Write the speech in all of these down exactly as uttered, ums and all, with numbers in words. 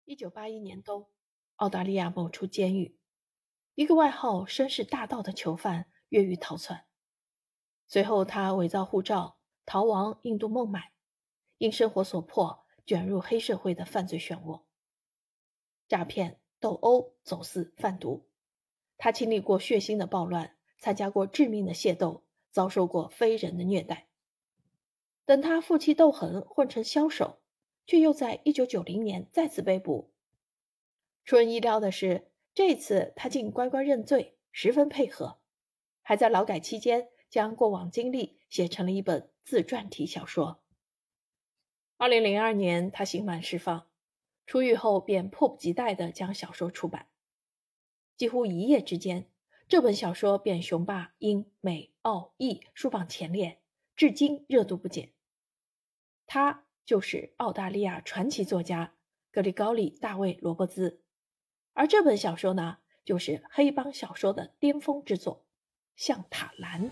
一九八一年冬，澳大利亚某处监狱，一个外号绅士大盗的囚犯越狱逃窜。随后，他伪造护照，逃亡印度孟买，因生活所迫，卷入黑社会的犯罪漩涡，诈骗、斗殴、走私、贩毒。他经历过血腥的暴乱，参加过致命的械斗，遭受过非人的虐待。等他负气斗横，混成枭首，却又在一九九零年再次被捕。出人意料的是，这次他竟乖乖认罪，十分配合，还在劳改期间将过往经历写成了一本自传体小说。二零零二年，他刑满释放，出狱后便迫不及待地将小说出版。几乎一夜之间，这本小说便雄霸英美澳意书榜前列，至今热度不减。他就是澳大利亚传奇作家格里高利·大卫·罗伯兹，而这本小说呢，就是黑帮小说的巅峰之作《象塔兰》。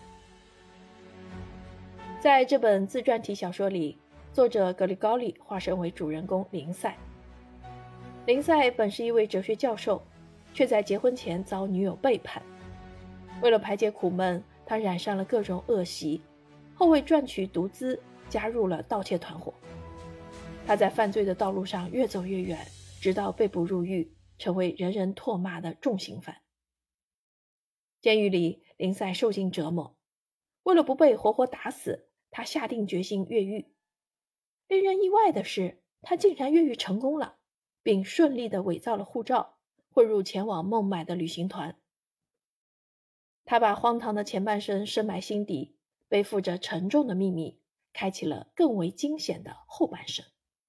在这本自传体小说里，作者格里高利化身为主人公林赛。林赛本是一位哲学教授，却在结婚前遭女友背叛。为了排解苦闷，他染上了各种恶习，后为赚取毒资，加入了盗窃团伙。他在犯罪的道路上越走越远，直到被捕入狱，成为人人唾骂的重刑犯。监狱里，林赛受尽折磨，为了不被活活打死，他下定决心越狱。令人意外的是，他竟然越狱成功了，并顺利地伪造了护照，混入前往孟买的旅行团。他把荒唐的前半生深埋心底，背负着沉重的秘密，开启了更为惊险的后半生。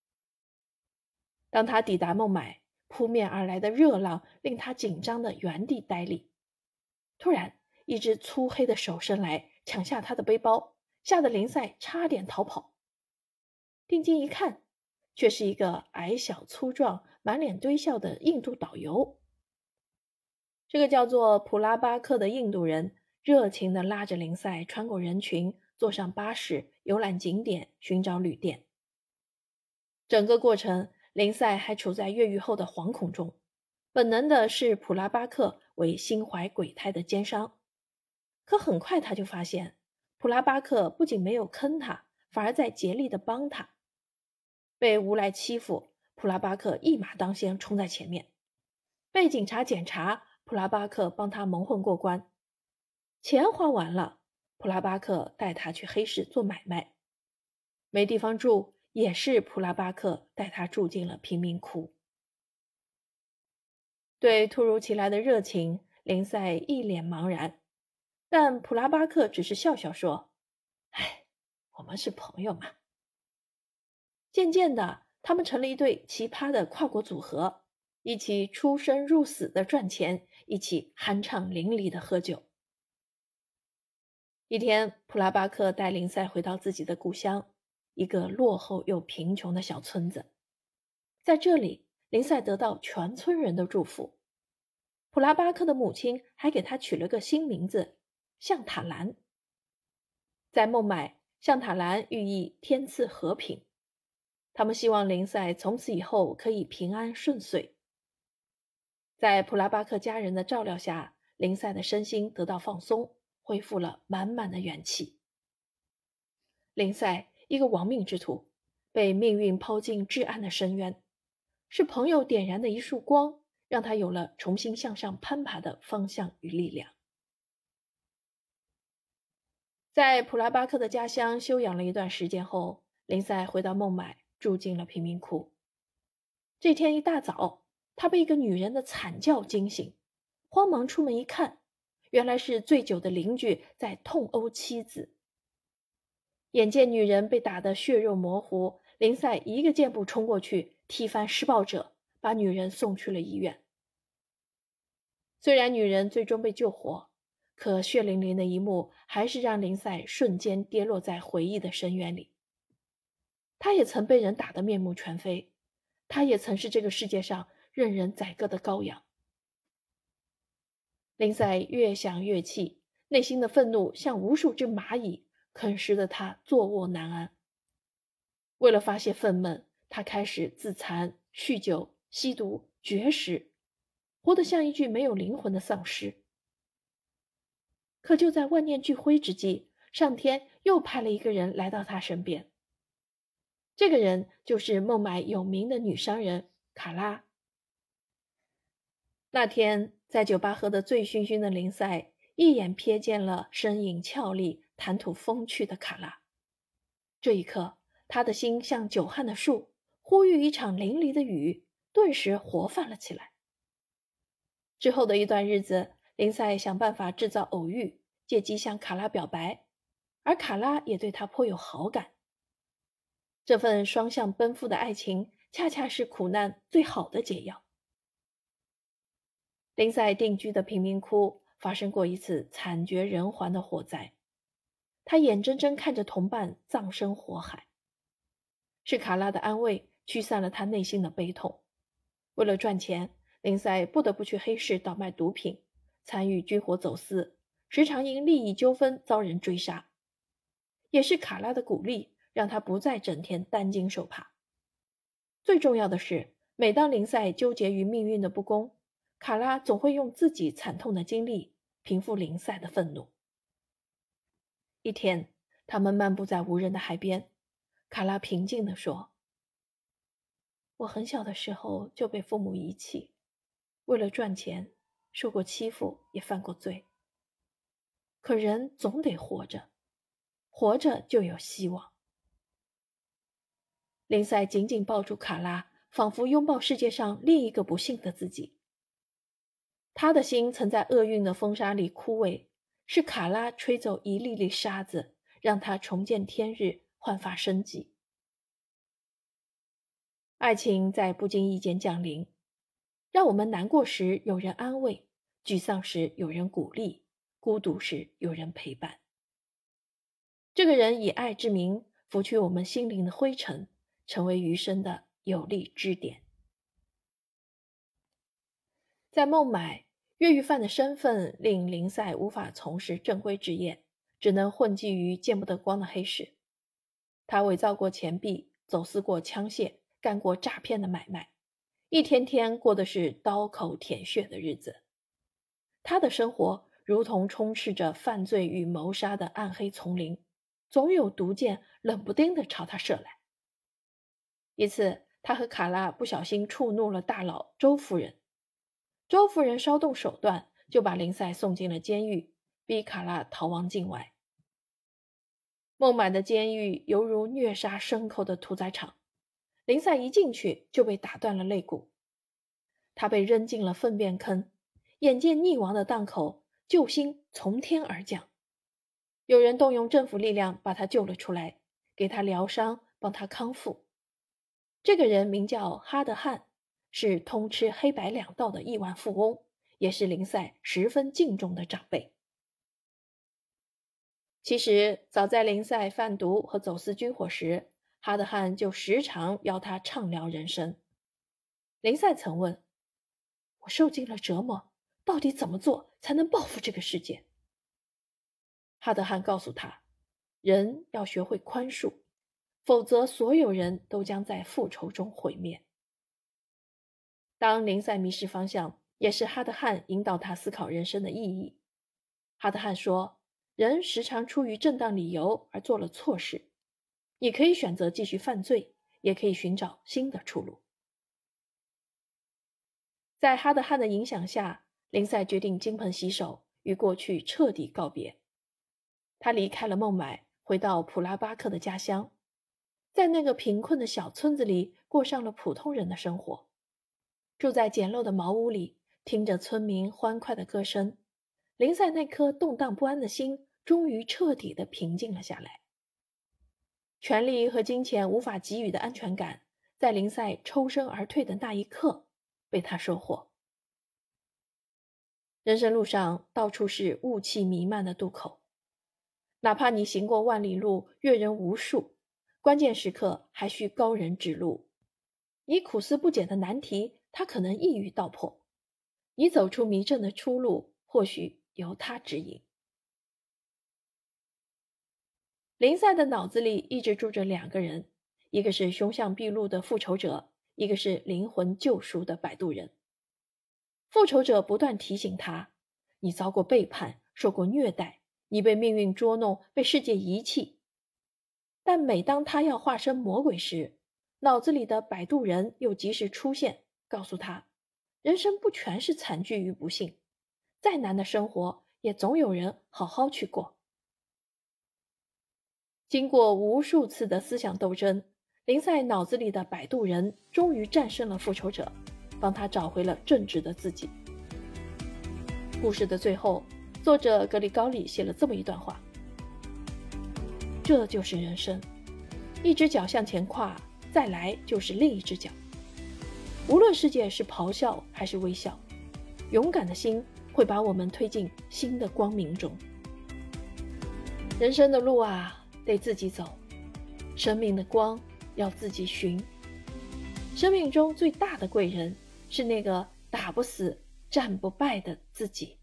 当他抵达孟买，扑面而来的热浪令他紧张的原地呆立。突然，一只粗黑的手伸来，抢下他的背包，吓得林赛差点逃跑。定睛一看，却是一个矮小粗壮、满脸堆笑的印度导游。这个叫做普拉巴克的印度人热情地拉着林赛穿过人群，坐上巴士，游览景点，寻找旅店。整个过程，林赛还处在越狱后的惶恐中，本能的视普拉巴克为心怀鬼胎的奸商。可很快他就发现，普拉巴克不仅没有坑他，反而在竭力地帮他。被无赖欺负，普拉巴克一马当先冲在前面。被警察检查，普拉巴克帮他蒙混过关。钱花完了，普拉巴克带他去黑市做买卖。没地方住，也是普拉巴克带他住进了贫民窟。对突如其来的热情，林赛一脸茫然，但普拉巴克只是笑笑说：“哎，我们是朋友嘛。”渐渐的，他们成了一对奇葩的跨国组合，一起出生入死的赚钱，一起酣畅淋漓的喝酒。一天，普拉巴克带林赛回到自己的故乡，一个落后又贫穷的小村子。在这里，林赛得到全村人的祝福。普拉巴克的母亲还给他取了个新名字——象塔兰。在孟买，象塔兰寓意天赐和平。他们希望林赛从此以后可以平安顺遂。在普拉巴克家人的照料下，林赛的身心得到放松，恢复了满满的元气。林赛，一个亡命之徒，被命运抛进至暗的深渊，是朋友点燃的一束光，让他有了重新向上攀爬的方向与力量。在普拉巴克的家乡休养了一段时间后，林赛回到孟买，住进了贫民窟。这天一大早，他被一个女人的惨叫惊醒，慌忙出门一看，原来是醉酒的邻居在痛殴妻子。眼见女人被打得血肉模糊，林赛一个箭步冲过去，踢翻施暴者，把女人送去了医院。虽然女人最终被救活，可血淋淋的一幕还是让林赛瞬间跌落在回忆的深渊里。他也曾被人打得面目全非，他也曾是这个世界上任人宰割的羔羊。林赛越想越气，内心的愤怒像无数只蚂蚁，啃食的他坐卧难安。为了发泄愤懑，他开始自残、酗酒、 吸毒、绝食，活得像一具没有灵魂的丧尸。可就在万念俱灰之际，上天又派了一个人来到他身边。这个人就是孟买有名的女商人卡拉。那天，在酒吧喝得醉醺醺的林赛一眼瞥见了身影俏丽、谈吐风趣的卡拉。这一刻，他的心像久旱的树，呼吁一场淋漓的雨，顿时活泛了起来。之后的一段日子，林赛想办法制造偶遇，借机向卡拉表白，而卡拉也对他颇有好感。这份双向奔赴的爱情，恰恰是苦难最好的解药。林赛定居的贫民窟发生过一次惨绝人寰的火灾，他眼睁睁看着同伴葬身火海。是卡拉的安慰驱散了他内心的悲痛。为了赚钱，林赛不得不去黑市倒卖毒品，参与军火走私，时常因利益纠纷遭人追杀。也是卡拉的鼓励，让他不再整天担惊受怕。最重要的是，每当林赛纠结于命运的不公，卡拉总会用自己惨痛的经历平复林赛的愤怒。一天，他们漫步在无人的海边，卡拉平静地说：“我很小的时候就被父母遗弃，为了赚钱，受过欺负，也犯过罪。可人总得活着，活着就有希望。”林赛紧紧抱住卡拉，仿佛拥抱世界上另一个不幸的自己。他的心曾在厄运的风沙里枯萎，是卡拉吹走一粒粒沙子，让他重见天日，焕发生机。爱情在不经意间降临，让我们难过时有人安慰，沮丧时有人鼓励，孤独时有人陪伴。这个人以爱之名拂去我们心灵的灰尘，成为余生的有力支点。在孟买，越狱犯的身份令林赛无法从事正规职业，只能混迹于见不得光的黑市。他伪造过钱币，走私过枪械，干过诈骗的买卖，一天天过的是刀口舔血的日子。他的生活如同充斥着犯罪与谋杀的暗黑丛林，总有毒箭冷不丁地朝他射来。一次，他和卡拉不小心触怒了大佬周夫人，周夫人稍动手段，就把林赛送进了监狱，逼卡拉逃亡境外。孟买的监狱犹如虐杀牲口的屠宰场，林赛一进去就被打断了肋骨。他被扔进了粪便坑，眼见溺亡的档口，救星从天而降。有人动用政府力量把他救了出来，给他疗伤，帮他康复。这个人名叫哈德汉，是通吃黑白两道的亿万富翁，也是林赛十分敬重的长辈。其实，早在林赛贩毒和走私军火时，哈德汉就时常邀他畅聊人生。林赛曾问：“我受尽了折磨，到底怎么做才能报复这个世界？”哈德汉告诉他，人要学会宽恕，否则所有人都将在复仇中毁灭。当林赛迷失方向，也是哈德汉引导他思考人生的意义。哈德汉说，人时常出于正当理由而做了错事，你可以选择继续犯罪，也可以寻找新的出路。在哈德汉的影响下，林赛决定金盆洗手，与过去彻底告别。他离开了孟买，回到普拉巴克的家乡，在那个贫困的小村子里过上了普通人的生活。住在简陋的茅屋里，听着村民欢快的歌声，林赛那颗动荡不安的心终于彻底地平静了下来。权力和金钱无法给予的安全感，在林赛抽身而退的那一刻被他收获。人生路上到处是雾气弥漫的渡口，哪怕你行过万里路，阅人无数，关键时刻还需高人指路。你苦思不解的难题，他可能一语道破；你走出迷阵的出路，或许由他指引。林赛的脑子里一直住着两个人，一个是凶相毕露的复仇者， 一个是灵魂救赎的摆渡人。复仇者不断提醒他，你遭过背叛，受过虐待，你被命运捉弄，被世界遗弃。但每当他要化身魔鬼时，脑子里的摆渡人又及时出现，告诉他，人生不全是惨剧与不幸，再难的生活也总有人好好去过。经过无数次的思想斗争，林赛脑子里的摆渡人终于战胜了复仇者，帮他找回了正直的自己。故事的最后，作者格里高利写了这么一段话：这就是人生，一只脚向前跨，再来就是另一只脚。无论世界是咆哮还是微笑，勇敢的心会把我们推进新的光明中。人生的路啊，得自己走，生命的光要自己寻。生命中最大的贵人是那个打不死、战不败的自己。